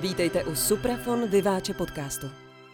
Vítejte u Suprafon Vyváče podcastu.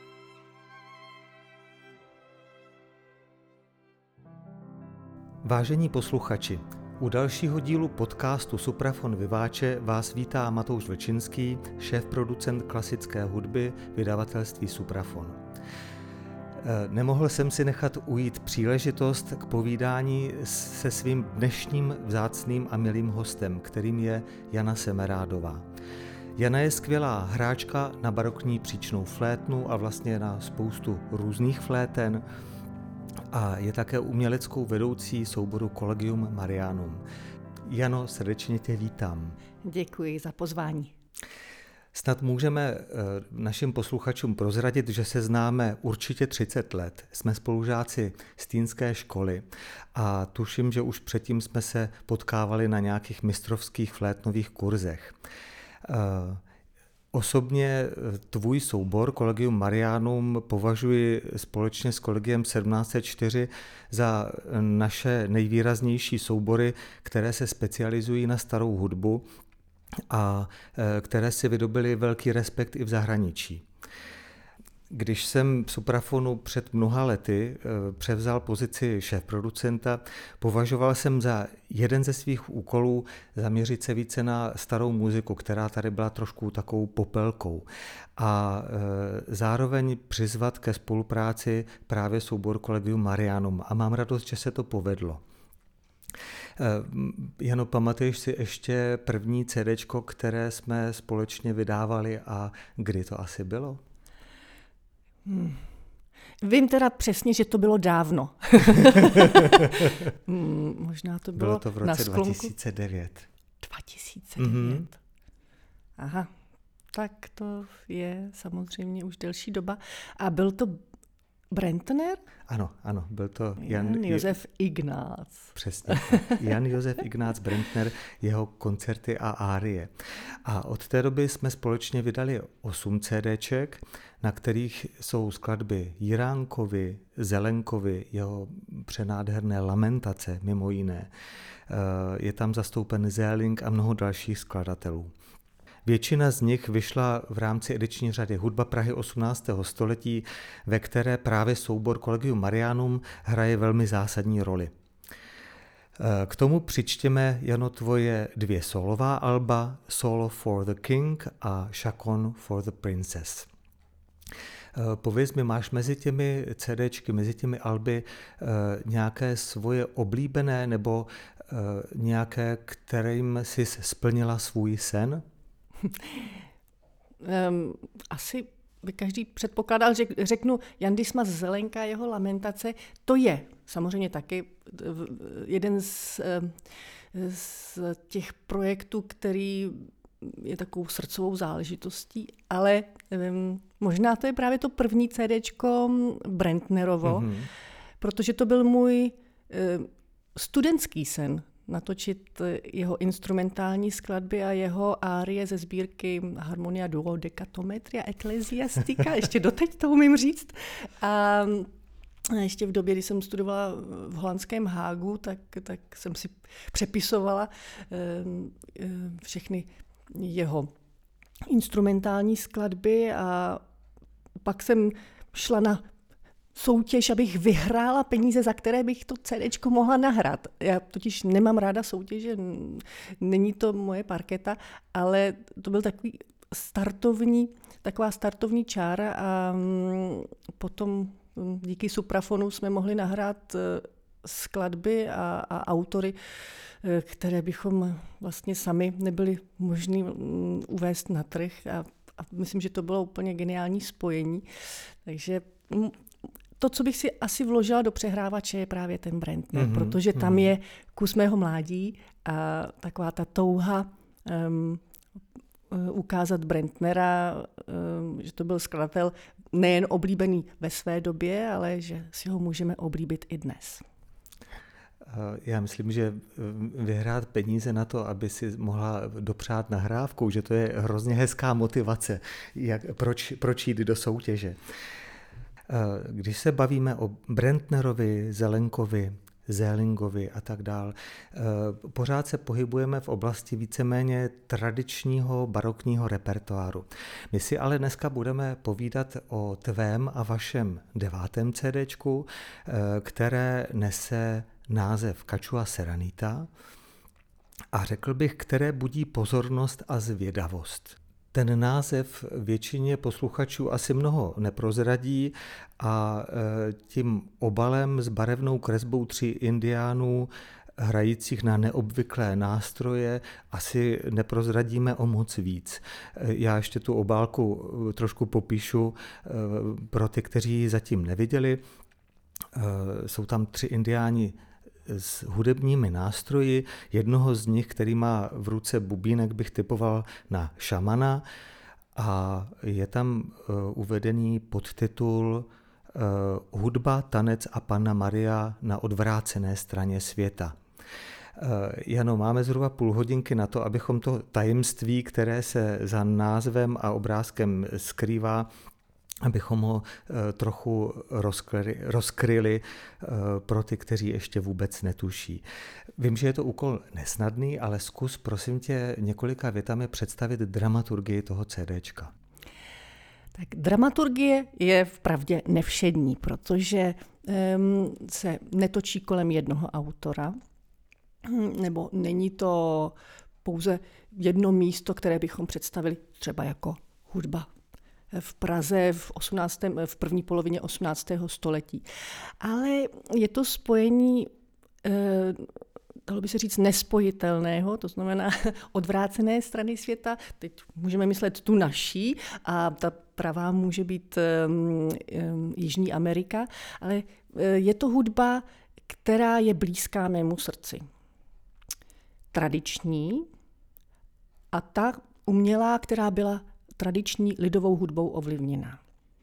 Vážení posluchači, u dalšího dílu podcastu Suprafon Vyváče vás vítá Matouš Vlčinský, šéfproducent klasické hudby vydavatelství Suprafon. Nemohl jsem si nechat ujít příležitost k povídání se svým dnešním vzácným a milým hostem, kterým je Jana Semerádová. Jana je skvělá hráčka na barokní příčnou flétnu a vlastně na spoustu různých fléten a je také uměleckou vedoucí souboru Collegium Marianum. Jano, srdečně tě vítám. Děkuji za pozvání. Snad můžeme našim posluchačům prozradit, že se známe určitě 30 let. Jsme spolužáci stýnské školy a tuším, že už předtím jsme se potkávali na nějakých mistrovských flétnových kurzech. Osobně tvůj soubor Collegium Marianum považuji společně s Collegiem 1704 za naše nejvýraznější soubory, které se specializují na starou hudbu a které si vydobily velký respekt i v zahraničí. Když jsem v Suprafonu před mnoha lety převzal pozici šéfproducenta, považoval jsem za jeden ze svých úkolů zaměřit se více na starou muziku, která tady byla trošku takovou popelkou, a zároveň přizvat ke spolupráci právě soubor Collegium Marianum. A mám radost, že se to povedlo. Jano, pamatuješ si ještě první CDčko, které jsme společně vydávali a kdy to asi bylo? Vím teda přesně, že to bylo dávno. Možná to bylo to v roce 2009. 2009. Mm-hmm. Aha, tak to je samozřejmě už delší doba. A byl to Brentner? Ano, byl to Jan Josef Ignác. Přesně. Jan Josef Ignác Brentner, jeho koncerty a árie. A od té doby jsme společně vydali 8 CDček, na kterých jsou skladby Jiránkovi, Zelenkovi, jeho přenádherné lamentace mimo jiné. Je tam zastoupen Zéling a mnoho dalších skladatelů. Většina z nich vyšla v rámci ediční řady Hudba Prahy 18. století, ve které právě soubor Collegium Marianum hraje velmi zásadní roli. K tomu přičtěme, Jano, tvoje 2 solová alba, Solo for the King a Chaconne for the Princess. Pověz mi, máš mezi těmi CDčky, mezi těmi alby nějaké svoje oblíbené nebo nějaké, kterým jsi splnila svůj sen? Asi by každý předpokládal, že řeknu Jan Dismas Zelenka, jeho lamentace, to je samozřejmě taky jeden z těch projektů, který je takovou srdcovou záležitostí, ale možná to je právě to první CDčko Brentnerovo, protože to byl můj studentský sen, natočit jeho instrumentální skladby a jeho árie ze sbírky Harmonia Duodecatometria Ecclesiastica, ještě doteď to umím říct. A ještě v době, kdy jsem studovala v holandském Hágu, tak jsem si přepisovala všechny jeho instrumentální skladby a pak jsem šla na soutěž, abych vyhrála peníze, za které bych to CDčko mohla nahrát. Já totiž nemám ráda soutěže, není to moje parketa, ale to byl taková startovní čára a potom díky Suprafonu jsme mohli nahrát skladby a autory, které bychom vlastně sami nebyli možný uvést na trh a myslím, že to bylo úplně geniální spojení. Takže to, co bych si asi vložila do přehrávače, je právě ten Brentner, protože tam je kus mého mládí a taková ta touha ukázat Brentnera, že to byl skladatel nejen oblíbený ve své době, ale že si ho můžeme oblíbit i dnes. Já myslím, že vyhrát peníze na to, aby si mohla dopřát nahrávku, že to je hrozně hezká motivace, proč jít do soutěže. Když se bavíme o Brentnerovi, Zelenkovi, Zélingovi a tak dál. Pořád se pohybujeme v oblasti víceméně tradičního barokního repertoáru. My si ale dneska budeme povídat o tvém a vašem 9. CDčku, které nese název Cachua Serenita a řekl bych, které budí pozornost a zvědavost. Ten název většině posluchačů asi mnoho neprozradí a tím obalem s barevnou kresbou 3 indiánů hrajících na neobvyklé nástroje asi neprozradíme o moc víc. Já ještě tu obálku trošku popíšu pro ty, kteří ji zatím neviděli. Jsou tam 3 indiáni s hudebními nástroji. Jednoho z nich, který má v ruce bubínek, bych typoval na šamana a je tam uvedený podtitul Hudba, tanec a Panna Maria na odvrácené straně světa. Jano, máme zhruba půl hodinky na to, abychom to tajemství, které se za názvem a obrázkem skrývá, abychom ho trochu rozkryli pro ty, kteří ještě vůbec netuší. Vím, že je to úkol nesnadný, ale zkus, prosím tě, několika větami představit dramaturgii toho CDčka. Tak dramaturgie je vpravdě nevšední, protože se netočí kolem jednoho autora, nebo není to pouze jedno místo, které bychom představili třeba jako hudba v Praze v první polovině 18. století. Ale je to spojení, dalo by se říct, nespojitelného, to znamená odvrácené strany světa. Teď můžeme myslet tu naší a ta pravá může být Jižní Amerika, ale je to hudba, která je blízká mému srdci. Tradiční a ta umělá, která byla tradiční lidovou hudbou ovlivněná.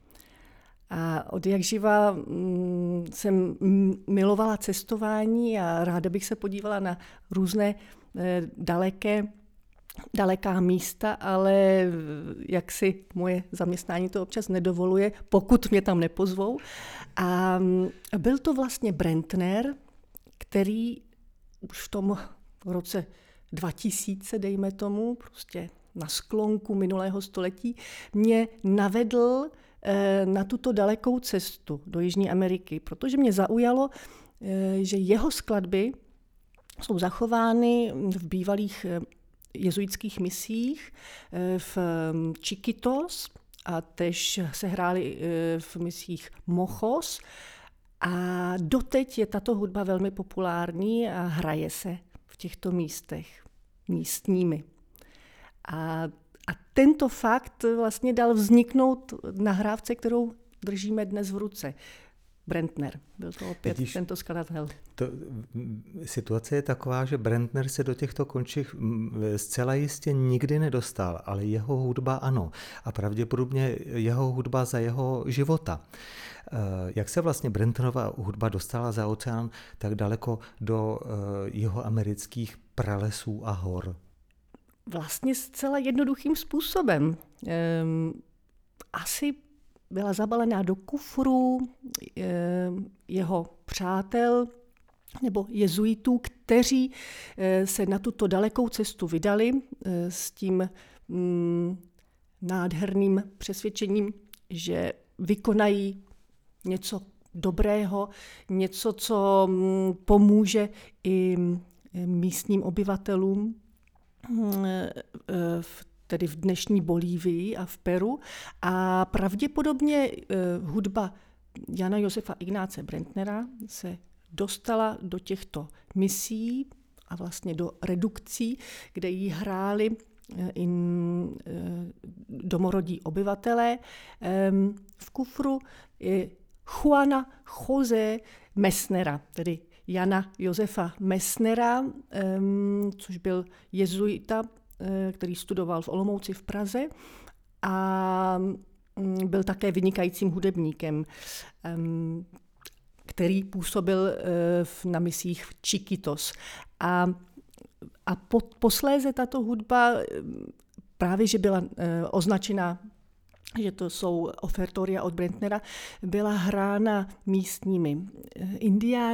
A od jak živa jsem milovala cestování a ráda bych se podívala na různé daleká místa, ale jak si moje zaměstnání to občas nedovoluje, pokud mě tam nepozvou. A byl to vlastně Brentner, který už v tom roce 2000, dejme tomu, prostě na sklonku minulého století, mě navedl na tuto dalekou cestu do Jižní Ameriky, protože mě zaujalo, že jeho skladby jsou zachovány v bývalých jezuitských misích v Chiquitos a tež se hrály v misích Mojos a doteď je tato hudba velmi populární a hraje se v těchto místech místními. A tento fakt vlastně dal vzniknout nahrávce, kterou držíme dnes v ruce. Brentner, byl to opět tento skladatel. Situace je taková, že Brentner se do těchto končích zcela jistě nikdy nedostal, ale jeho hudba ano. A pravděpodobně jeho hudba za jeho života. Jak se vlastně Brentnerova hudba dostala za oceán tak daleko do jihoamerických pralesů a hor? Vlastně zcela jednoduchým způsobem. Asi byla zabalená do kufru jeho přátel nebo jezuitů, kteří se na tuto dalekou cestu vydali s tím nádherným přesvědčením, že vykonají něco dobrého, něco, co pomůže i místním obyvatelům, tedy v dnešní Bolívii a v Peru. A pravděpodobně hudba Jana Josefa Ignáce Brentnera se dostala do těchto misí a vlastně do redukcí, kde ji hráli domorodí obyvatelé. V kufru je Juana José Messnera, tedy Jana Josefa Messnera, což byl jezuita, který studoval v Olomouci v Praze a byl také vynikajícím hudebníkem, který působil na misích v Chiquitos. A posléze tato hudba právě, že byla označena, že to jsou ofertoria od Brentnera, byla hrána místními indiány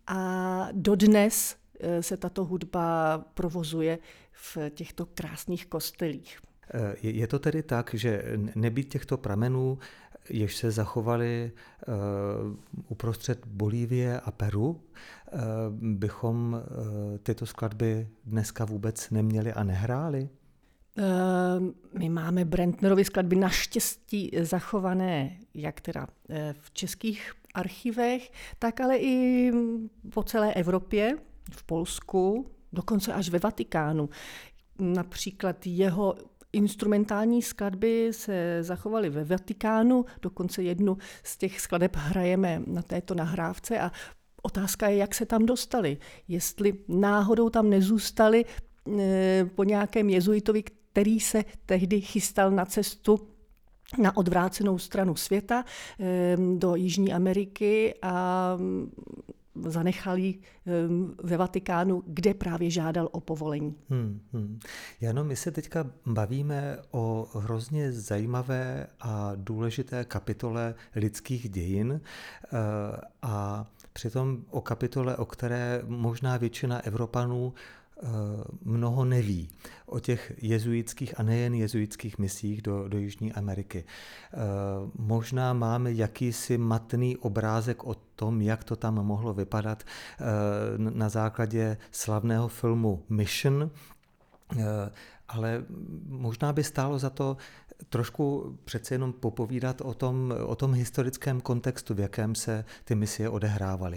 a dodnes se tato hudba provozuje v těchto krásných kostelích. Je to tedy tak, že nebýt těchto pramenů, jež se zachovaly uprostřed Bolívie a Peru, bychom tyto skladby dneska vůbec neměli a nehráli? My máme Brentnerovy skladby naštěstí zachované jak teda v českých archivech, tak ale i po celé Evropě, v Polsku, dokonce až ve Vatikánu. Například jeho instrumentální skladby se zachovaly ve Vatikánu, dokonce jednu z těch skladeb hrajeme na této nahrávce a otázka je, jak se tam dostali. Jestli náhodou tam nezůstali po nějakém jezuitovi, který se tehdy chystal na cestu na odvrácenou stranu světa do Jižní Ameriky a zanechal ji ve Vatikánu, kde právě žádal o povolení. Jano, my se teďka bavíme o hrozně zajímavé a důležité kapitole lidských dějin a přitom o kapitole, o které možná většina Evropanů mnoho neví o těch jezuitských a nejen jezuitských misích do Jižní Ameriky. Možná máme jakýsi matný obrázek o tom, jak to tam mohlo vypadat na základě slavného filmu Mission, ale možná by stálo za to trošku přece jenom popovídat o tom historickém kontextu, v jakém se ty misie odehrávaly.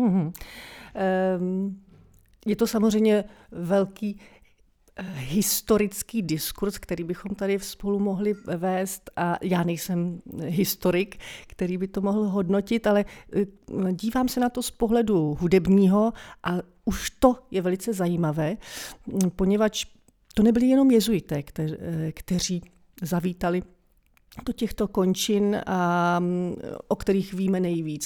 Je to samozřejmě velký historický diskurs, který bychom tady spolu mohli vést a já nejsem historik, který by to mohl hodnotit, ale dívám se na to z pohledu hudebního a už to je velice zajímavé, poněvadž to nebyli jenom jezuité, kteří zavítali do těchto končin, o kterých víme nejvíc.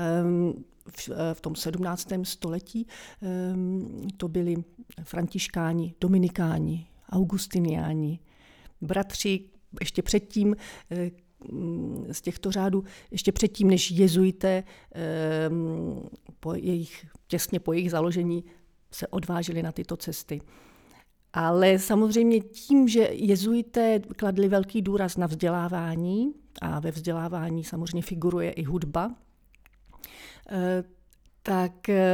V tom 17. století to byli františkáni, dominikáni, augustiniáni, bratři ještě předtím z těchto řádů, ještě předtím, než jezuité těsně po jejich založení se odvážili na tyto cesty. Ale samozřejmě tím, že jezuité kladli velký důraz na vzdělávání a ve vzdělávání samozřejmě figuruje i hudba, tak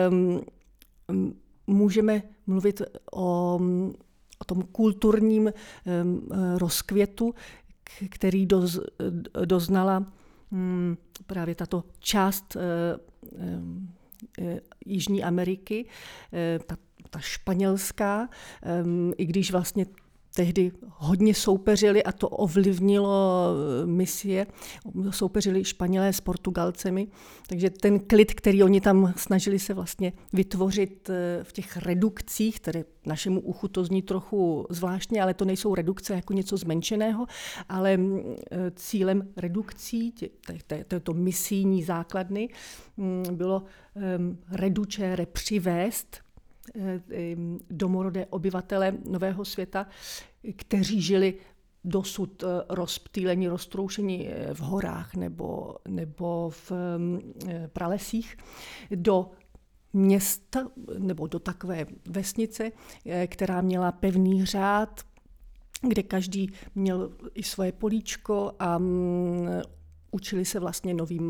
můžeme mluvit o tom kulturním rozkvětu, který doznala právě tato část Jižní Ameriky, ta španělská, i když vlastně tehdy hodně soupeřili a to ovlivnilo misie, soupeřili Španělé s Portugalcemi, takže ten klid, který oni tam snažili se vlastně vytvořit v těch redukcích, které našemu uchu to zní trochu zvláštně, ale to nejsou redukce jako něco zmenšeného, ale cílem redukcí, této misijní základny, bylo reducere přivést domorodé obyvatele Nového světa, kteří žili dosud rozptýleni, roztroušeni v horách nebo v pralesích, do města nebo do takové vesnice, která měla pevný řád, kde každý měl i svoje políčko a učili se vlastně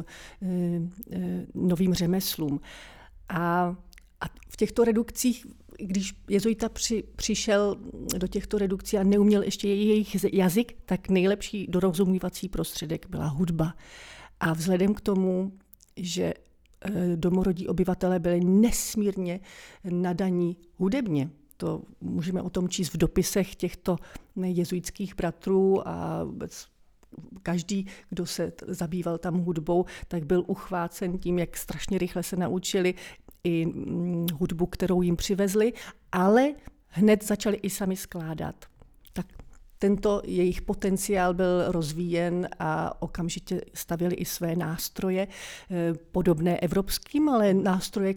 novým řemeslům. A v těchto redukcích, když jezuita přišel do těchto redukcí a neuměl ještě jejich jazyk, tak nejlepší dorozumívací prostředek byla hudba. A vzhledem k tomu, že domorodí obyvatelé byli nesmírně nadaní hudebně, to můžeme o tom číst v dopisech těchto jezuitských bratrů a každý, kdo se zabýval tam hudbou, tak byl uchvácen tím, jak strašně rychle se naučili i hudbu, kterou jim přivezli, ale hned začali i sami skládat. Tak tento jejich potenciál byl rozvíjen a okamžitě stavěli i své nástroje, podobné evropským, ale nástroje,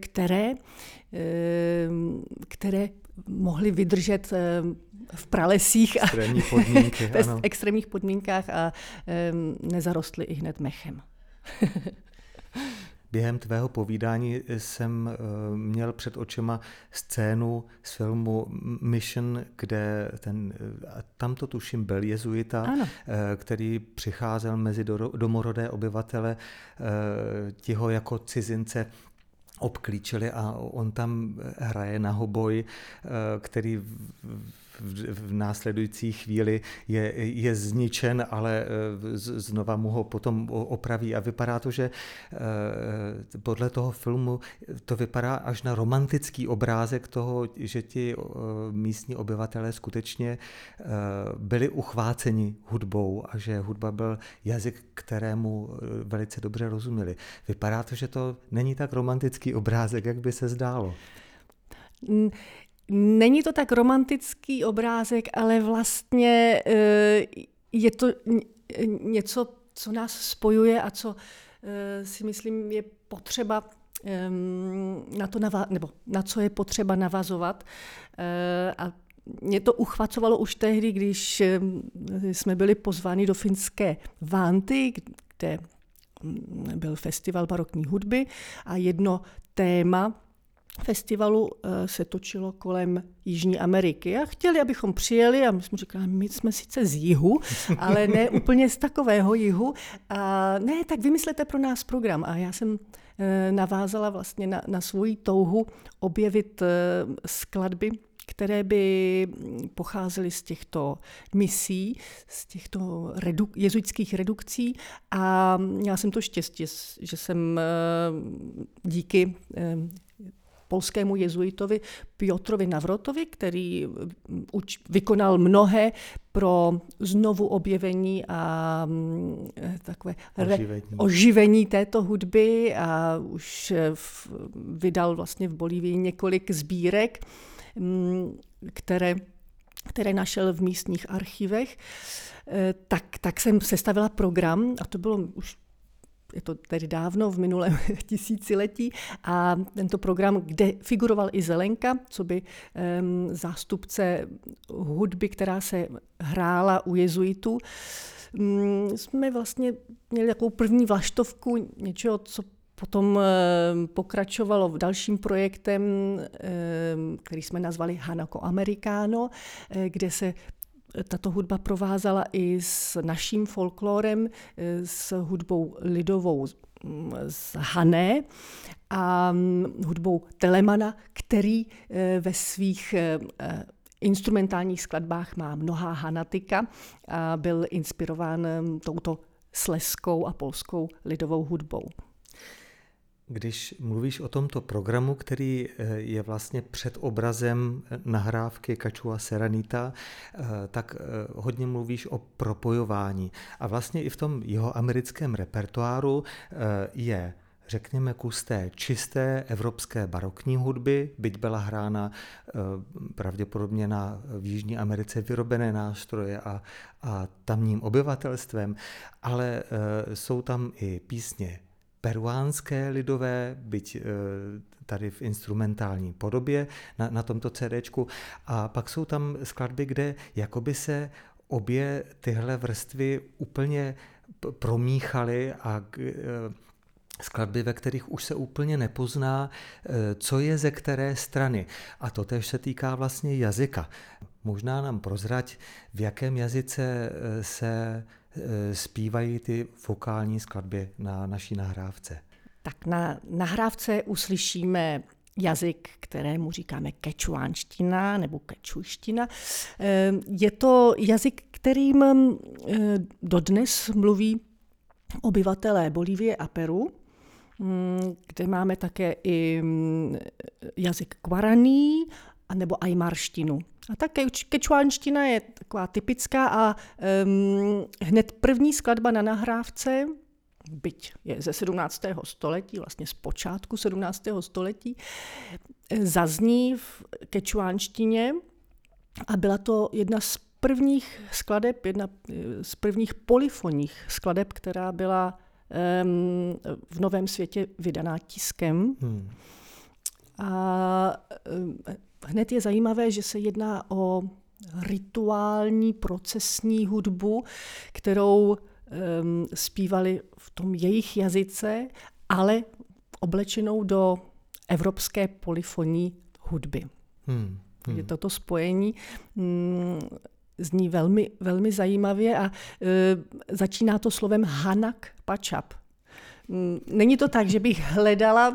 které mohly vydržet v pralesích a v extrémních podmínkách a nezarostly i hned mechem. Během tvého povídání jsem měl před očima scénu z filmu Mission, kde tam to tuším byl jezuita, který přicházel mezi domorodé obyvatele, ti ho jako cizince obklíčili a on tam hraje na hoboj, který v následující chvíli je zničen, ale znova mu ho potom opraví a vypadá to, že podle toho filmu to vypadá až na romantický obrázek toho, že ti místní obyvatelé skutečně byli uchváceni hudbou a že hudba byl jazyk, kterému velice dobře rozuměli. Vypadá to, že to není tak romantický obrázek, jak by se zdálo. Není to tak romantický obrázek, ale vlastně je to něco, co nás spojuje a co si myslím je potřeba na co je potřeba navazovat. A mě to uchvacovalo už tehdy, když jsme byli pozváni do finské Vanty, kde byl festival barokní hudby a jedno téma festivalu se točilo kolem Jižní Ameriky a chtěli, abychom přijeli a my jsme říkali, my jsme sice z jihu, ale ne úplně z takového jihu a ne, tak vymyslete pro nás program a já jsem navázala vlastně na svoji touhu objevit skladby, které by pocházely z těchto misí, z těchto jezuitských redukcí a měla jsem to štěstí, že jsem díky polskému jezuitovi Piotrovi Nawrotovi, který vykonal mnohé pro znovu objevení a takové oživení této hudby a už vydal vlastně v Bolívii několik sbírek, které našel v místních archivech, tak jsem sestavila program a to bylo už je to tedy dávno v minulém tisíciletí a tento program, kde figuroval i Zelenka, co by zástupce hudby, která se hrála u jezuitů, jsme vlastně měli takovou první vlaštovku něčeho, co potom pokračovalo v dalším projektem, který jsme nazvali Hanako Americano, kde se tato hudba provázala i s naším folklorem, s hudbou lidovou z Hané a hudbou Telemana, který ve svých instrumentálních skladbách má mnohá hanatika a byl inspirován touto slezskou a polskou lidovou hudbou. Když mluvíš o tomto programu, který je vlastně před obrazem nahrávky Quechua Serenita, tak hodně mluvíš o propojování. A vlastně i v tom jihoamerickém repertoáru je, řekněme, kus té čisté evropské barokní hudby, byť byla hrána pravděpodobně v Jižní Americe vyrobené nástroje a tamním obyvatelstvem, ale jsou tam i písně peruánské lidové, byť tady v instrumentální podobě na tomto CDčku. A pak jsou tam skladby, kde jakoby se obě tyhle vrstvy úplně promíchaly a skladby, ve kterých už se úplně nepozná, co je ze které strany. A to též se týká vlastně jazyka. Možná nám prozrať, v jakém jazyce se zpívají ty vokální skladby na naší nahrávce. Tak na nahrávce uslyšíme jazyk, kterému říkáme kečuánština nebo kečujština. Je to jazyk, kterým dodnes mluví obyvatelé Bolívie a Peru, kde máme také i jazyk guaraní nebo ajmarštinu. A také kečuánština je taková typická a hned první skladba na nahrávce, byť je ze 17. století, vlastně z počátku 17. století, zazní v kečuánštině a byla to jedna z prvních skladeb, jedna z prvních polyfonních skladeb, která byla v Novém světě vydaná tiskem. A hned je zajímavé, že se jedná o rituální procesní hudbu, kterou zpívali v tom jejich jazyce, ale oblečenou do evropské polyfonní hudby. Takže toto spojení zní velmi, velmi zajímavě a začíná to slovem Hanak Pačap. Není to tak, že bych hledala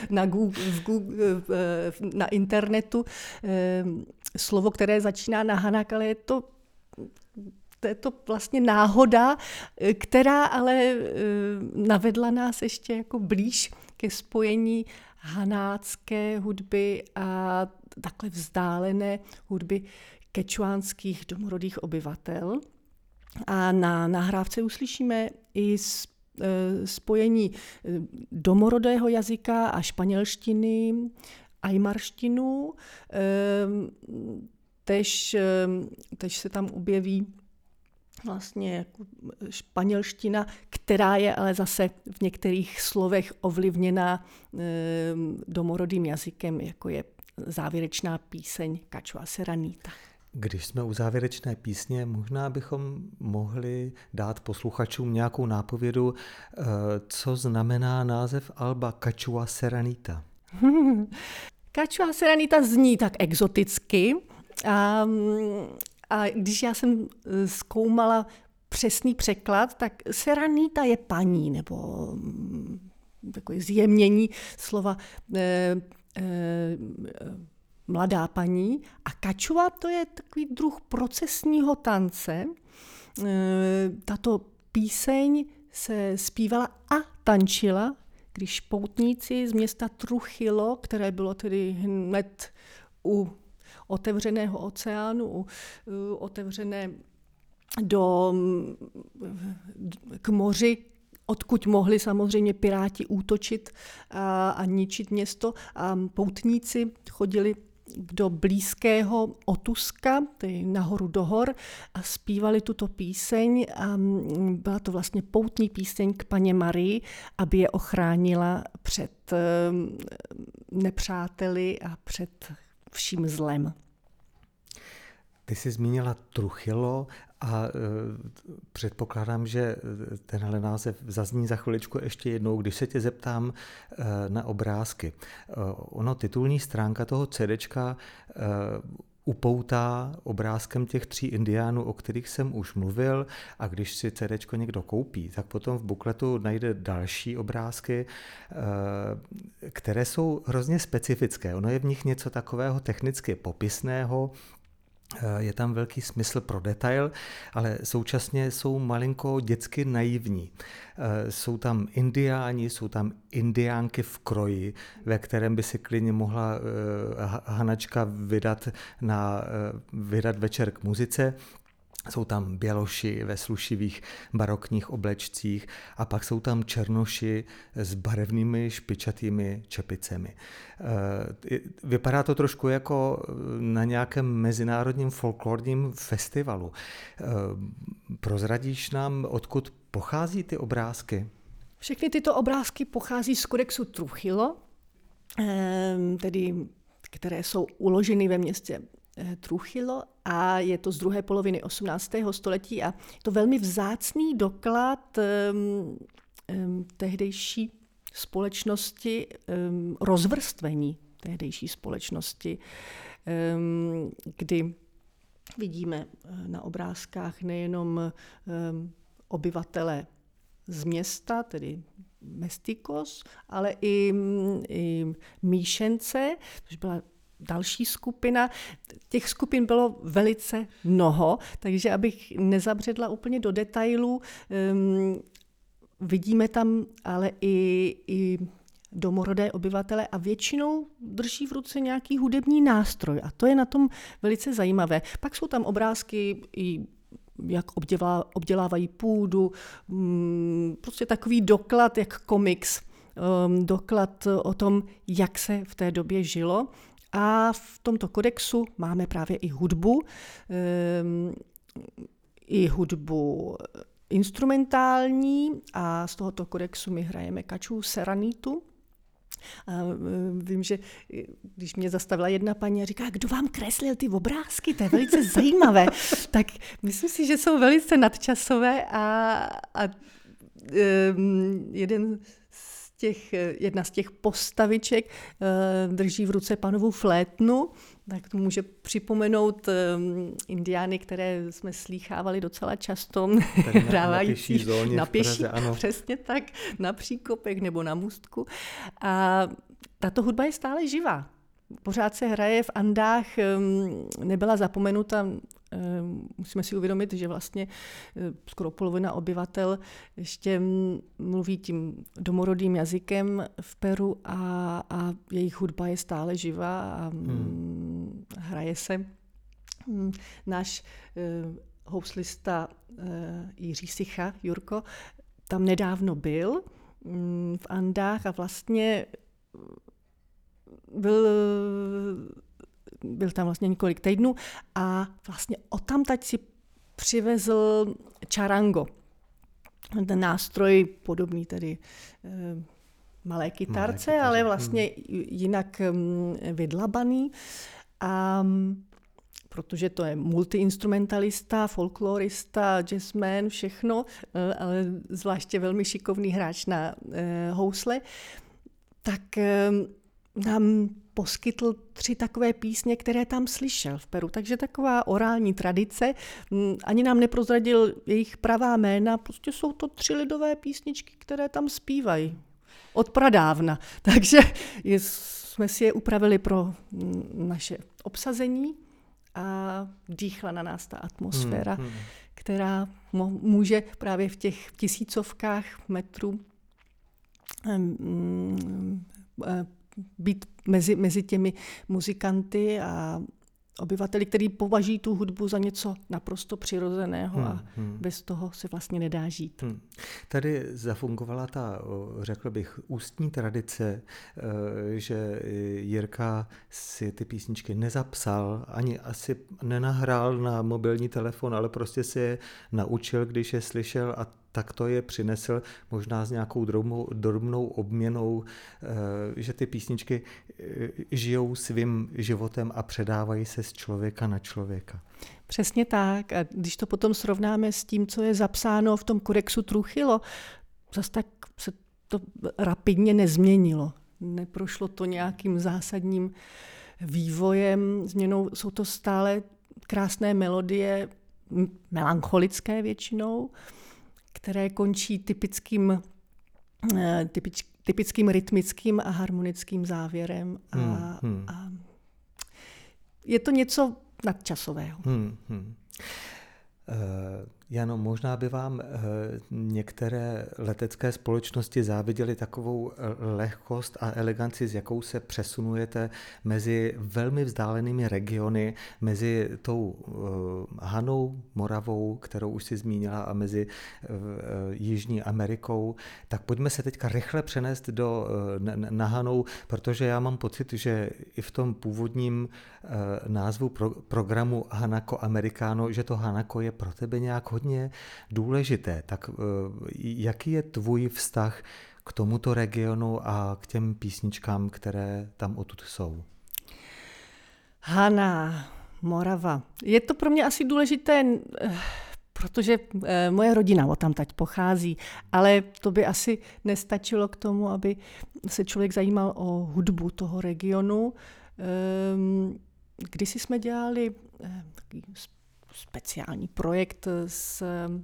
na internetu slovo, které začíná na Hanak, ale je to vlastně náhoda, která ale navedla nás ještě jako blíž ke spojení hanácké hudby a takhle vzdálené hudby kečuánských domorodých obyvatel. A na nahrávce uslyšíme i spojení domorodého jazyka a španělštiny, ajmarštinu. Tež se tam objeví vlastně jako španělština, která je ale zase v některých slovech ovlivněna domorodým jazykem, jako je závěrečná píseň Cachua Seranita. Když jsme u závěrečné písně, možná bychom mohli dát posluchačům nějakou nápovědu, co znamená název alba Cachua Seranita. Cachua Seranita zní tak exoticky a když já jsem zkoumala přesný překlad, tak Seranita je paní, nebo takové zjemnění slova mladá paní. A Cachua to je takový druh procesního tance. Tato píseň se zpívala a tančila, když poutníci z města Trujillo, které bylo tedy hned u otevřeného oceánu, otevřené k moři, odkud mohli samozřejmě piráti útočit a ničit město. A poutníci chodili do blízkého Otuska, tedy nahoru do hor, a zpívali tuto píseň. A byla to vlastně poutní píseň k Panně Marii, aby je ochránila před nepřáteli a před vším zlem. Ty jsi zmínila Trujillo a předpokládám, že tenhle název zazní za chviličku ještě jednou, když se tě zeptám na obrázky. Ono, titulní stránka toho CDčka upoutá obrázkem těch 3 indiánů, o kterých jsem už mluvil, a když si CDčko někdo koupí, tak potom v bukletu najde další obrázky, které jsou hrozně specifické. Ono je v nich něco takového technicky popisného, je tam velký smysl pro detail, ale současně jsou malinko dětsky naivní. Jsou tam indiáni, jsou tam indiánky v kroji, ve kterém by si klidně mohla Hanačka vydat večer k muzice. Jsou tam běloši ve slušivých barokních oblečcích a pak jsou tam černoši s barevnými špičatými čepicemi. Vypadá to trošku jako na nějakém mezinárodním folklorním festivalu. Prozradíš nám, odkud pochází ty obrázky? Všechny tyto obrázky pochází z kodexu Trujillo, tedy které jsou uloženy ve městě Trujillo, a je to z druhé poloviny 18. století a je to velmi vzácný doklad tehdejší společnosti, rozvrstvení tehdejší společnosti, kdy vidíme na obrázkách nejenom obyvatele z města, tedy mestikos, ale i míšence, což byla další skupina. Těch skupin bylo velice mnoho, takže abych nezabředla úplně do detailů, vidíme tam ale i domorodé obyvatele a většinou drží v ruce nějaký hudební nástroj a to je na tom velice zajímavé. Pak jsou tam obrázky i jak obdělávají půdu, prostě takový doklad jak komiks, doklad o tom, jak se v té době žilo. A v tomto kodexu máme právě i hudbu instrumentální a z tohoto kodexu my hrajeme Cachua Seranitu. A vím, že když mě zastavila jedna paní a říká, kdo vám kreslil ty obrázky, to je velice zajímavé, tak myslím si, že jsou velice nadčasové a jeden z jedna z těch postaviček drží v ruce panovu flétnu, tak to může připomenout indiány, které jsme slýchávali docela často, hrávající na pěší, přesně tak, na příkopech nebo na můstku. A tato hudba je stále živá. Pořád se hraje v Andách, nebyla zapomenuta. Musíme si uvědomit, že vlastně skoro polovina obyvatel ještě mluví tím domorodým jazykem v Peru a jejich hudba je stále živá a hraje se. Náš houslista Jiří Sicha, Jurko, tam nedávno byl v Andách a vlastně byl tam vlastně několik týdnů a vlastně odtamtud si přivezl charango. Ten nástroj podobný tedy malé kytarce, ale vlastně jinak vydlabaný. A protože to je multiinstrumentalista, folklorista, jazzman, všechno, ale zvláště velmi šikovný hráč na housle, tak nám poskytl 3 takové písně, které tam slyšel v Peru. Takže taková orální tradice. Ani nám neprozradil jejich pravá jména, prostě jsou to 3 lidové písničky, které tam zpívají. Od pradávna. Takže jsme si je upravili pro naše obsazení a dýchla na nás ta atmosféra, která může právě v těch tisícovkách metrů být mezi těmi muzikanty a obyvateli, kteří považují tu hudbu za něco naprosto přirozeného a bez toho se vlastně nedá žít. Tady zafungovala ta, řekl bych, ústní tradice, že Jirka si ty písničky nezapsal, ani asi nenahrál na mobilní telefon, ale prostě si je naučil, když je slyšel a tak to je přinesl možná s nějakou drobnou obměnou, že ty písničky žijou svým životem a předávají se z člověka na člověka. Přesně tak. A když to potom srovnáme s tím, co je zapsáno v tom kodexu Trujillo, zase tak se to rapidně nezměnilo. Neprošlo to nějakým zásadním vývojem, změnou. Jsou to stále krásné melodie, melancholické většinou, které končí typickým rytmickým a harmonickým závěrem. A je to něco nadčasového. Jano, možná by vám některé letecké společnosti záviděly takovou lehkost a eleganci, s jakou se přesunujete mezi velmi vzdálenými regiony, mezi tou Hanou, Moravou, kterou už si zmínila, a mezi Jižní Amerikou. Tak pojďme se teďka rychle přenést na Hanou, protože já mám pocit, že i v tom původním názvu programu Hanako Americano, že to Hanako je pro tebe nějak hodně důležité. Tak jaký je tvůj vztah k tomuto regionu a k těm písničkám, které tam odtud jsou? Hana, Morava. Je to pro mě asi důležité, protože moje rodina odtamtud pochází, ale to by asi nestačilo k tomu, aby se člověk zajímal o hudbu toho regionu. Kdysi jsme dělali takový speciální projekt s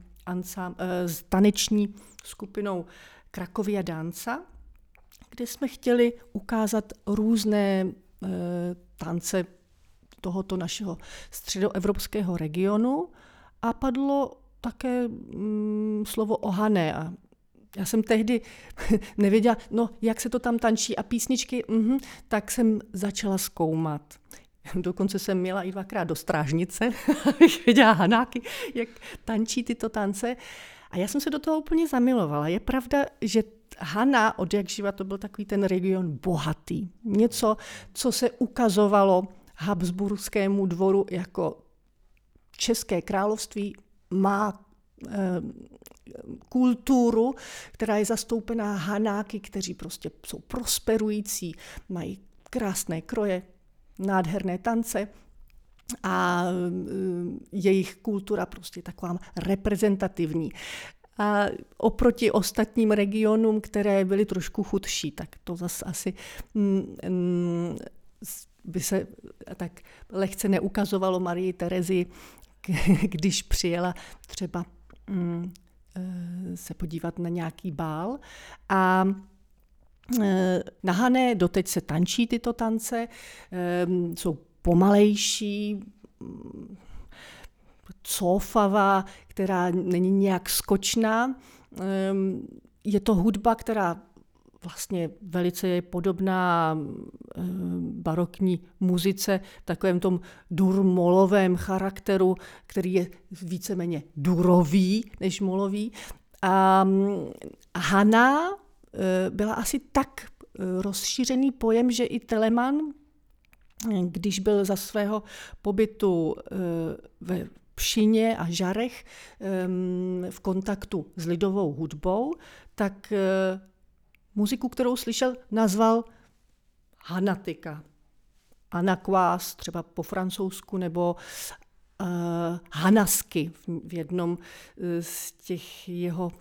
taneční skupinou Cracovia Danza, kde jsme chtěli ukázat různé tance tohoto našeho středoevropského regionu a padlo také slovo Ohané. A já jsem tehdy nevěděla, jak se to tam tančí a písničky, tak jsem začala zkoumat. Dokonce jsem měla i 2krát do strážnice, abych viděla Hanáky, jak tančí tyto tance. A já jsem se do toho úplně zamilovala. Je pravda, že Hana od jak živa to byl takový ten region bohatý. Něco, co se ukazovalo Habsburskému dvoru jako České království má kulturu, která je zastoupená Hanáky, kteří prostě jsou prosperující, mají krásné kroje, nádherné tance a jejich kultura prostě taková reprezentativní. A oproti ostatním regionům, které byly trošku chudší, tak to zase asi by se tak lehce neukazovalo Marii Terezii, když přijela třeba se podívat na nějaký bál. A na Hané doteď se tančí tyto tance, jsou pomalejší, coufavá, která není nějak skočná. Je to hudba, která vlastně velice je podobná barokní muzice v takovém tom dur-molovém charakteru, který je víceméně durový než molový. A Hana byla asi tak rozšířený pojem, že i Telemann, když byl za svého pobytu ve Pšině a Žarech v kontaktu s lidovou hudbou, tak muziku, kterou slyšel, nazval hanatika. Anakvás, třeba po francouzsku, nebo hanasky v jednom z těch jeho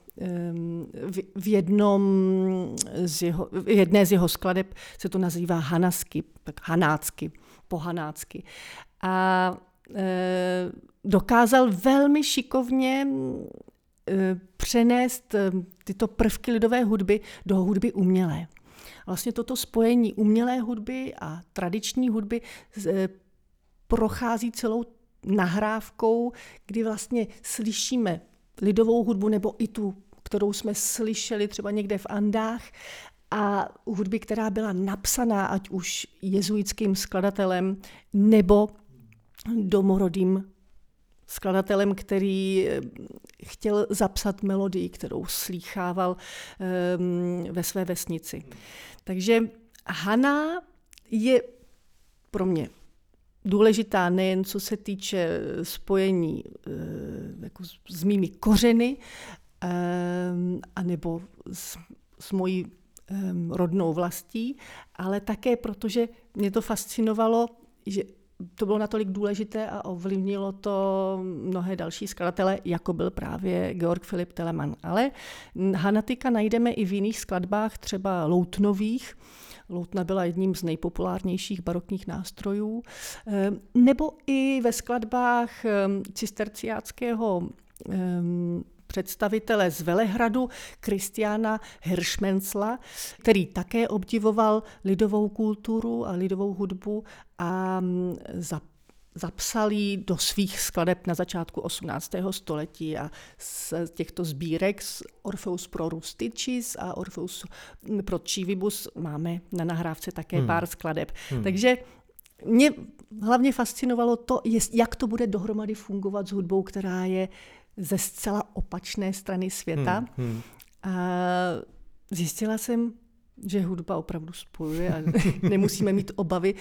v jedné z jeho skladeb se to nazývá hanasky, tak hanácky, pohanácky. A dokázal velmi šikovně přenést tyto prvky lidové hudby do hudby umělé. Vlastně toto spojení umělé hudby a tradiční hudby prochází celou nahrávkou, kdy vlastně slyšíme lidovou hudbu nebo i tu, kterou jsme slyšeli třeba někde v Andách, a hudby, která byla napsaná ať už jezuitským skladatelem nebo domorodým skladatelem, který chtěl zapsat melodii, kterou slýchával ve své vesnici. Takže Hana je pro mě důležitá nejen co se týče spojení jako s mými kořeny, anebo s mojí rodnou vlastí, ale také protože mě to fascinovalo, že to bylo natolik důležité a ovlivnilo to mnohé další skladatele, jako byl právě Georg Philipp Telemann. Ale hanatika najdeme i v jiných skladbách, třeba loutnových. Loutna byla jedním z nejpopulárnějších barokních nástrojů. Nebo i ve skladbách cisterciáckého představitele z Velehradu, Christiana Hirschmenzla, který také obdivoval lidovou kulturu a lidovou hudbu a zapsal ji do svých skladeb na začátku 18. století a z těchto sbírek Orpheus pro Rusticis a Orpheus pro Civibus máme na nahrávce také pár skladeb. Takže mě hlavně fascinovalo to, jak to bude dohromady fungovat s hudbou, která je ze zcela opačné strany světa. A zjistila jsem, že hudba opravdu spojuje a nemusíme mít obavy,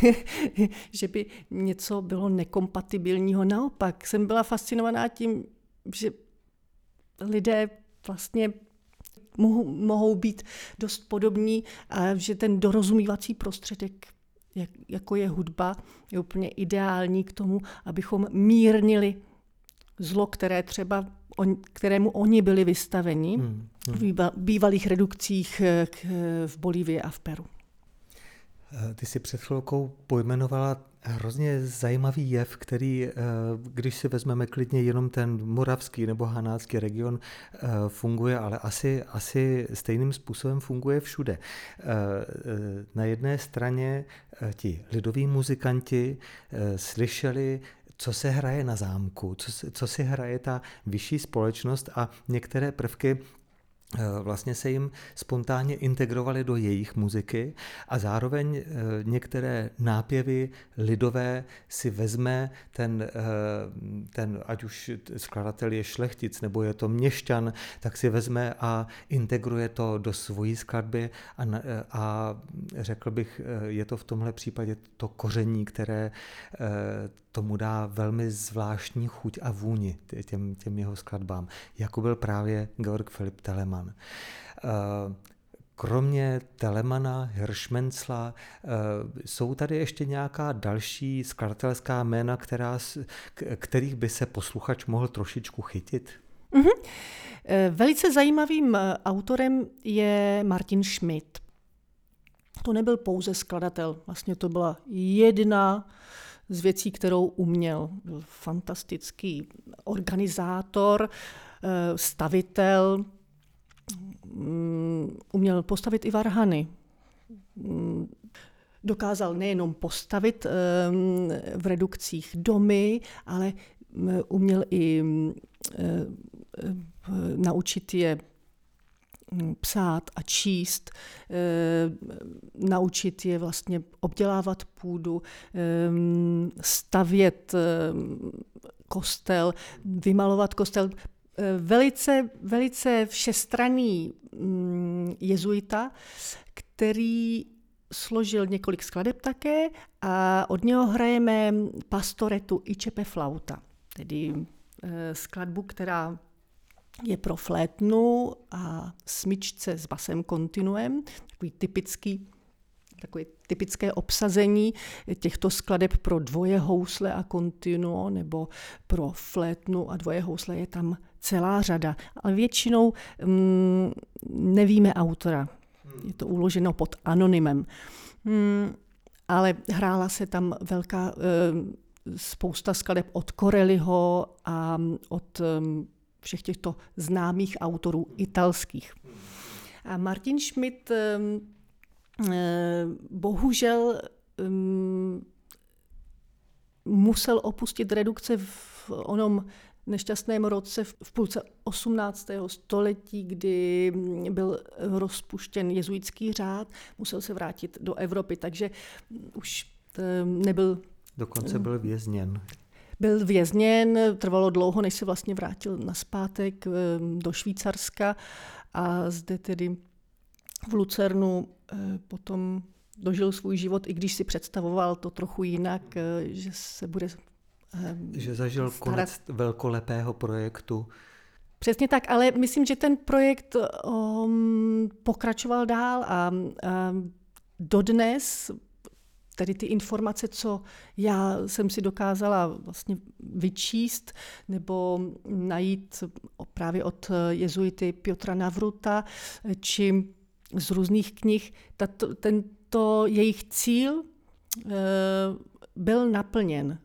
že by něco bylo nekompatibilního. Naopak jsem byla fascinovaná tím, že lidé vlastně mohou být dost podobní a že ten dorozumívací prostředek, jako je hudba, je úplně ideální k tomu, abychom mírnili zlo, kterému oni byli vystaveni v bývalých redukcích v Bolívii a v Peru. Ty jsi před chvilkou pojmenovala hrozně zajímavý jev, který, když si vezmeme klidně jenom ten moravský nebo hanácký region, funguje, ale asi stejným způsobem funguje všude. Na jedné straně ti lidoví muzikanti slyšeli, co se hraje na zámku, co si hraje ta vyšší společnost a některé prvky vlastně se jim spontánně integrovaly do jejich muziky a zároveň některé nápěvy lidové si vezme ten ať už skladatel je šlechtic nebo je to měšťan, tak si vezme a integruje to do svojí skladby a řekl bych, je to v tomhle případě to koření, které tomu dá velmi zvláštní chuť a vůni těm jeho skladbám, jako byl právě Georg Philipp Telemann. Kromě Telemanna, Hirschmenzla, jsou tady ještě nějaká další skladatelská jména, kterých by se posluchač mohl trošičku chytit? Velice zajímavým autorem je Martin Schmidt. To nebyl pouze skladatel, vlastně to byla jedna z věcí, kterou uměl. Byl fantastický organizátor, stavitel, uměl postavit i varhany. Dokázal nejenom postavit v redukcích domy, ale uměl i naučit je psát a číst, naučit je vlastně obdělávat půdu, stavět kostel, vymalovat kostel. Velice všestranný jezuita, který složil několik skladeb také a od něho hrajeme pastoretu Ičepe flauta, tedy skladbu, která je pro flétnu a smyčce s basem kontinuem, takové typické obsazení těchto skladeb pro dvoje housle a kontinuo, nebo pro flétnu a dvoje housle je tam celá řada. Ale většinou nevíme autora. Je to uloženo pod anonymem. Ale hrála se tam spousta skladeb od Corelliho a od všech těchto známých autorů italských. A Martin Schmidt bohužel musel opustit redukce v onom nešťastném roce v půlce 18. století, kdy byl rozpuštěn jezuitský řád, musel se vrátit do Evropy, takže už nebyl... Dokonce byl vězněn. Byl vězněn, trvalo dlouho, než se vlastně vrátil nazpátek do Švýcarska a zde tedy v Lucernu potom dožil svůj život, i když si představoval to trochu jinak, že se bude že zažil konec velkolepého projektu. Přesně tak, ale myslím, že ten projekt pokračoval dál a dodnes tedy ty informace, co já jsem si dokázala vlastně vyčíst nebo najít právě od jezuity Piotra Navruta či z různých knih, tento jejich cíl byl naplněn.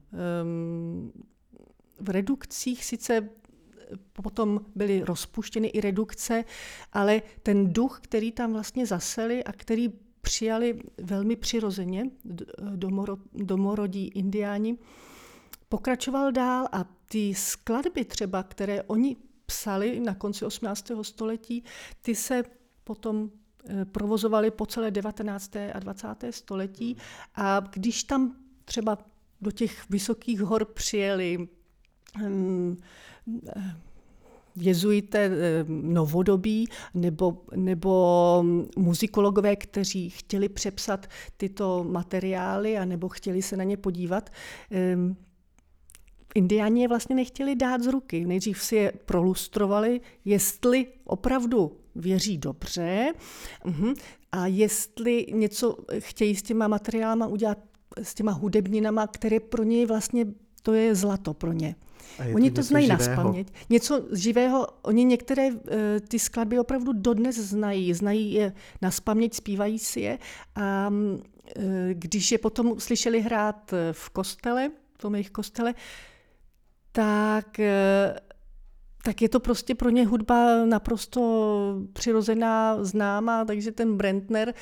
V redukcích sice potom byly rozpuštěny i redukce, ale ten duch, který tam vlastně zaseli a který přijali velmi přirozeně domorodí indiáni, pokračoval dál a ty skladby třeba, které oni psali na konci 18. století, ty se potom provozovaly po celé 19. a 20. století a když tam třeba do těch vysokých hor přijeli jezuité novodobí nebo muzikologové, kteří chtěli přepsat tyto materiály a nebo chtěli se na ně podívat, indiáni je vlastně nechtěli dát z ruky. Nejdřív si je prolustrovali, jestli opravdu věří dobře a jestli něco chtějí s těma materiálama udělat, s těma hudebninama, které pro ně vlastně, to je zlato pro ně. Oni to znají nazpaměť. Něco živého, oni některé ty skladby opravdu dodnes znají je nazpaměť, zpívají si je a když je potom slyšeli hrát v kostele, v tom jejich kostele, tak je to prostě pro ně hudba naprosto přirozená, známá, takže ten Brentner,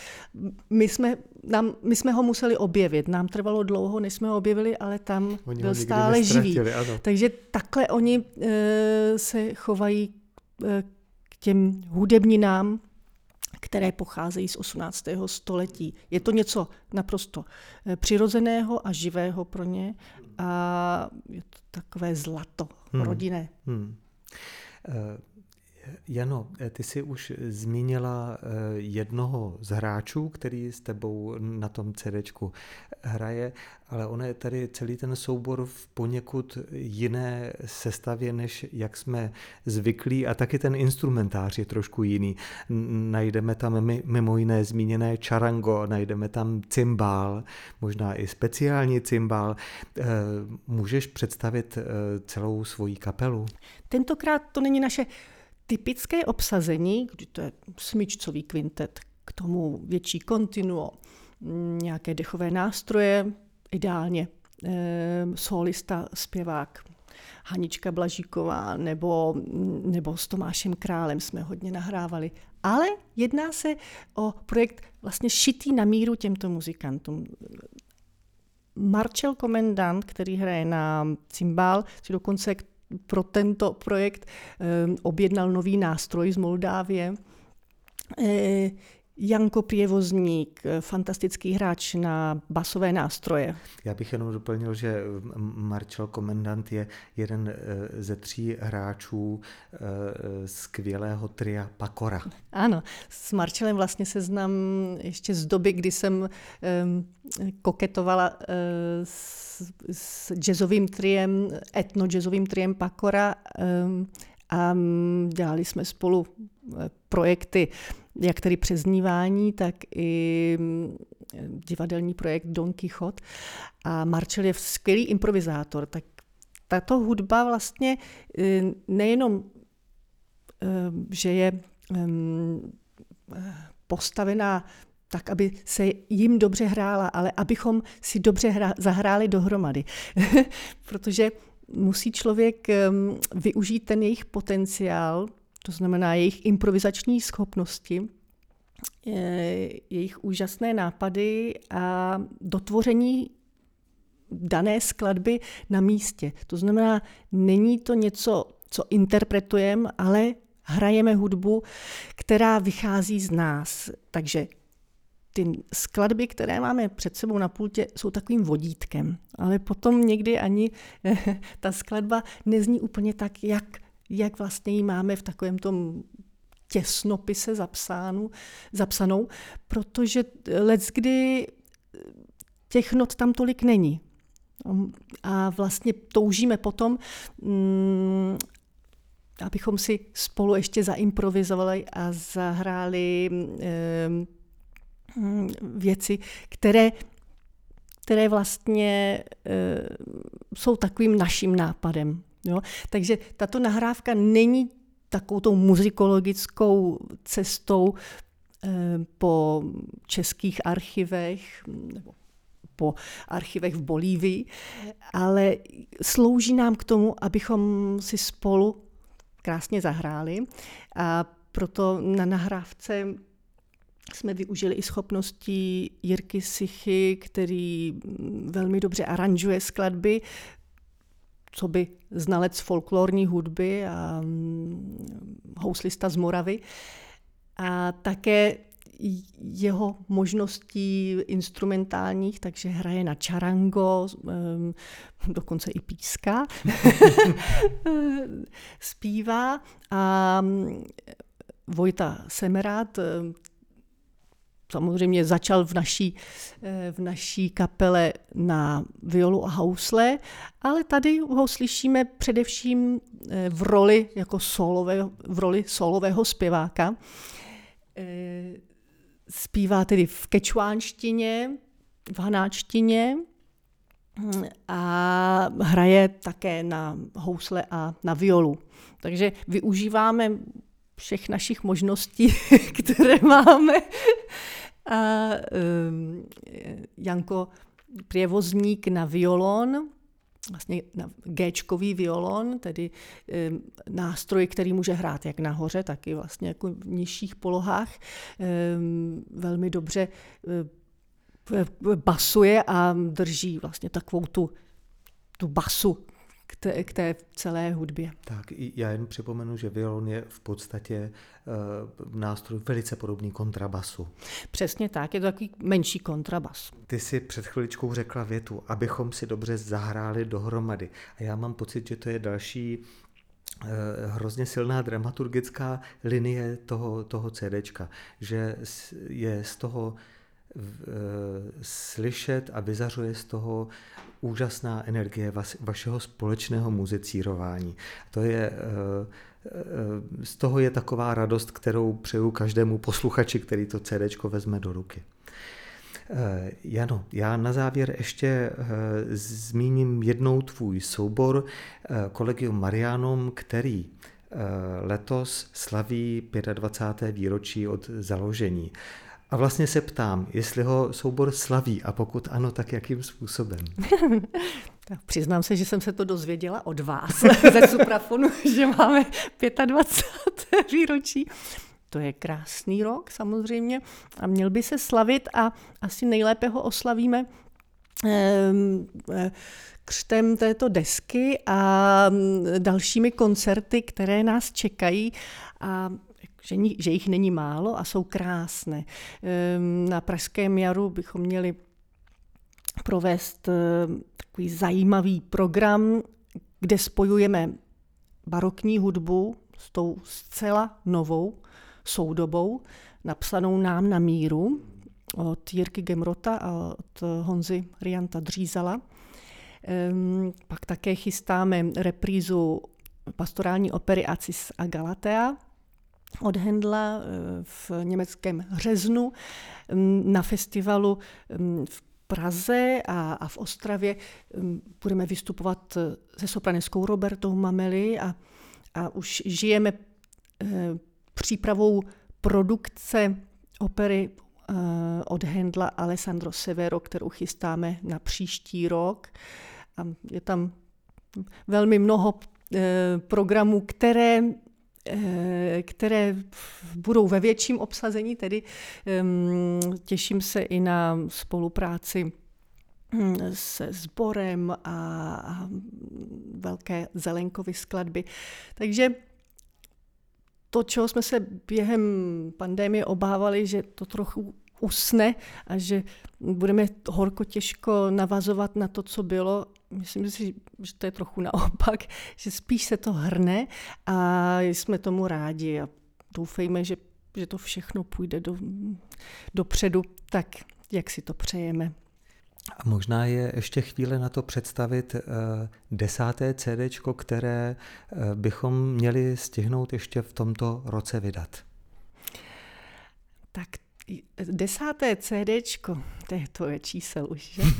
my jsme ho museli objevit. Nám trvalo dlouho, než jsme ho objevili, ale tam byl stále živý. Ano. Takže takhle oni se chovají k těm hudebninám, které pocházejí z 18. století. Je to něco naprosto přirozeného a živého pro ně a je to takové zlato rodinné. Jano, ty jsi už zmínila jednoho z hráčů, který s tebou na tom CDčku hraje, ale ono je tady celý ten soubor v poněkud jiné sestavě, než jak jsme zvyklí, a taky ten instrumentář je trošku jiný. Najdeme tam mimo jiné zmíněné charango, najdeme tam cymbál, možná i speciální cymbál. Můžeš představit celou svoji kapelu? Tentokrát to není naše typické obsazení, kdy to je smyčcový kvintet, k tomu větší kontinuo, nějaké dechové nástroje, ideálně solista, zpěvák Hanička Blažíková nebo s Tomášem Králem jsme hodně nahrávali. Ale jedná se o projekt vlastně šitý na míru těmto muzikantům. Marcel Komendant, který hraje na cymbál, si dokonce pro tento projekt objednal nový nástroj z Moldávie. Janko Prievozník, fantastický hráč na basové nástroje. Já bych jenom doplnil, že Marcel Komendant je jeden ze 3 hráčů skvělého tria Pakora. Ano, s Marcelem vlastně se znám ještě z doby, kdy jsem koketovala s jazzovým triem, etno-jazzovým triem Pakora a dělali jsme spolu projekty, jak tedy Přeznívání, tak i divadelní projekt Don Quixote. A Marcel je skvělý improvizátor, tak tato hudba vlastně nejenom, že je postavená tak, aby se jim dobře hrála, ale abychom si dobře zahráli dohromady. Protože musí člověk využít ten jejich potenciál, to znamená jejich improvizační schopnosti, jejich úžasné nápady a dotvoření dané skladby na místě. To znamená, není to něco, co interpretujeme, ale hrajeme hudbu, která vychází z nás. Takže ty skladby, které máme před sebou na pultě, jsou takovým vodítkem, ale potom někdy ani ta skladba nezní úplně tak, jak vlastně ji máme v takovém tom těsnopise zapsanou, protože leckdy těch not tam tolik není. A vlastně toužíme potom, abychom si spolu ještě zaimprovizovali a zahráli věci, které vlastně jsou takovým naším nápadem. Jo? Takže tato nahrávka není takovou tou muzikologickou cestou po českých archivech nebo po archivech v Bolívii, ale slouží nám k tomu, abychom si spolu krásně zahráli, a proto na nahrávce jsme využili i schopností Jirky Sichy, který velmi dobře aranžuje skladby, coby znalec folklorní hudby a houslista z Moravy. A také jeho možností instrumentálních, takže hraje na charango, dokonce i píská, zpívá. A Vojta Semerád samozřejmě začal v naší kapele na violu a housle, ale tady ho slyšíme především v roli solového zpěváka. Zpívá tedy v kečuánštině, v hanáčtině a hraje také na housle a na violu. Takže využíváme všech našich možností, které máme. A Janko Prievozník na violon, vlastně na G-čkový violon, tedy nástroj, který může hrát jak nahoře, tak i vlastně jako v nižších polohách. Velmi dobře basuje a drží vlastně takovou tu basu k té celé hudbě. Tak, já jen připomenu, že violon je v podstatě nástroj velice podobný kontrabasu. Přesně tak, je to takový menší kontrabas. Ty si před chviličkou řekla větu, abychom si dobře zahráli dohromady. A já mám pocit, že to je další hrozně silná dramaturgická linie toho CDčka, že je z toho slyšet a vyzařuje z toho úžasná energie vašeho společného muzicírování. Z toho je taková radost, kterou přeju každému posluchači, který to CDčko vezme do ruky. Jano, já na závěr ještě zmíním jednou tvůj soubor Collegium Marianum, který letos slaví 25. výročí od založení. A vlastně se ptám, jestli ho soubor slaví a pokud ano, tak jakým způsobem? Tak přiznám se, že jsem se to dozvěděla od vás ze Suprafonu, že máme 25. výročí. To je krásný rok samozřejmě a měl by se slavit a asi nejlépe ho oslavíme křtem této desky a dalšími koncerty, které nás čekají a že jich není málo a jsou krásné. Na Pražském jaru bychom měli provést takový zajímavý program, kde spojujeme barokní hudbu s tou zcela novou soudobou, napsanou nám na míru od Jirky Gemrota a od Honzy Rianta Dřízala. Pak také chystáme reprízu pastorální opery Acis a Galatea od Händla v německém Řeznu na festivalu v Praze a v Ostravě. Budeme vystupovat se sopranistou Robertou Mameli a už žijeme přípravou produkce opery od Händla Alessandro Severo, kterou chystáme na příští rok. A je tam velmi mnoho programů, které budou ve větším obsazení, tedy těším se i na spolupráci se sborem a velké Zelenkovy skladby. Takže to, čeho jsme se během pandemie obávali, že to trochu usne a že budeme horko těžko navazovat na to, co bylo. Myslím si, že to je trochu naopak, že spíš se to hrne a jsme tomu rádi a doufejme, že to všechno půjde dopředu tak, jak si to přejeme. A možná je ještě chvíle na to představit 10. CDčko, které bychom měli stihnout ještě v tomto roce vydat. Tak 10. CDčko, to je tvoje čísel už, že?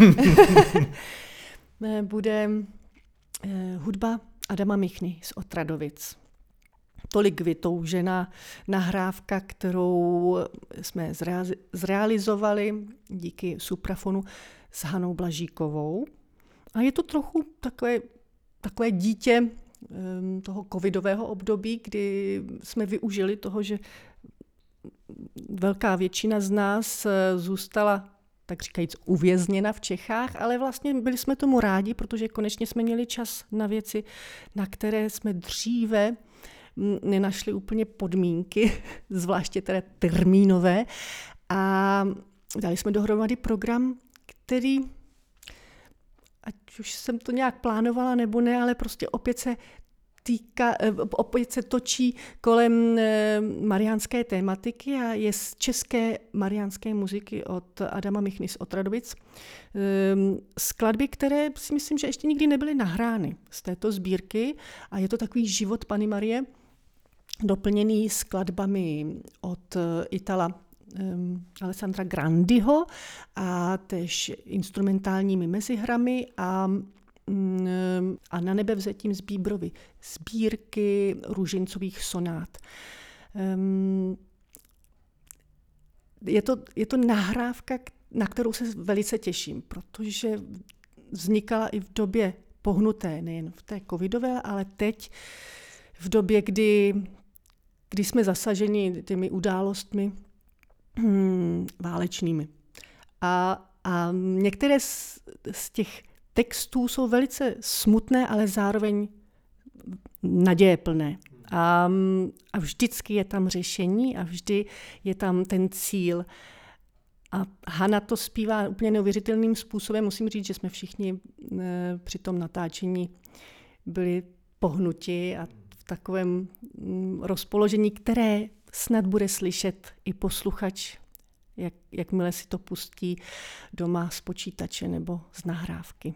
Bude hudba Adama Michny z Otradovic. Tolik vytoužená nahrávka, kterou jsme zrealizovali díky Suprafonu s Hanou Blažíkovou. A je to trochu takové dítě toho covidového období, kdy jsme využili toho, že velká většina z nás zůstala tak říkajíc uvězněna v Čechách, ale vlastně byli jsme tomu rádi, protože konečně jsme měli čas na věci, na které jsme dříve nenašli úplně podmínky, zvláště teda termínové. A dali jsme dohromady program, který, ať už jsem to nějak plánovala nebo ne, ale prostě opět se točí kolem mariánské tématiky a je z české mariánské muziky od Adama Michny z Otradovic. Skladby, které si myslím, že ještě nikdy nebyly nahrány z této sbírky a je to takový život Panny Marie, doplněný skladbami od Itala Alessandra Grandiho a též instrumentálními mezihrami a Na nebevzetím z Bíbrovy sbírky Růžincových sonát. Je to nahrávka, na kterou se velice těším, protože vznikala i v době pohnuté, nejen v té covidové, ale teď v době, kdy jsme zasaženi těmi událostmi válečnými. A některé z těch textů jsou velice smutné, ale zároveň nadějeplné. A vždycky je tam řešení a vždy je tam ten cíl. A Hana to zpívá úplně neuvěřitelným způsobem. Musím říct, že jsme všichni při tom natáčení byli pohnuti a takovém rozpoložení, které snad bude slyšet i posluchač, jakmile si to pustí doma z počítače nebo z nahrávky.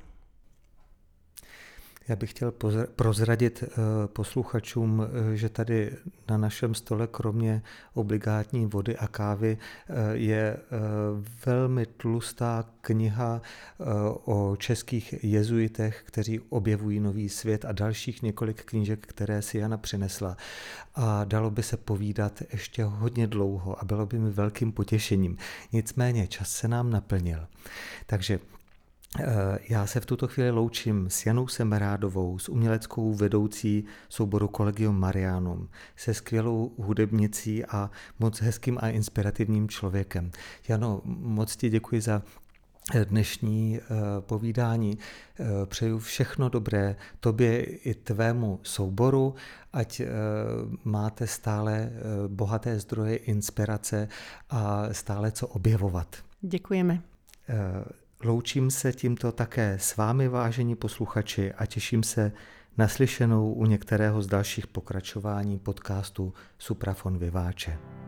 Já bych chtěl prozradit posluchačům, že tady na našem stole kromě obligátní vody a kávy je velmi tlustá kniha o českých jezuitech, kteří objevují nový svět a dalších několik knížek, které si Jana přinesla. A dalo by se povídat ještě hodně dlouho a bylo by mi velkým potěšením. Nicméně čas se nám naplnil. Takže já se v tuto chvíli loučím s Janou Semerádovou, s uměleckou vedoucí souboru Collegium Marianum, se skvělou hudebnicí a moc hezkým a inspirativním člověkem. Jano, moc ti děkuji za dnešní povídání. Přeju všechno dobré tobě i tvému souboru, ať máte stále bohaté zdroje inspirace a stále co objevovat. Děkujeme. Loučím se tímto také s vámi, vážení posluchači, a těším se na slyšenou u některého z dalších pokračování podcastu Suprafon Viváče.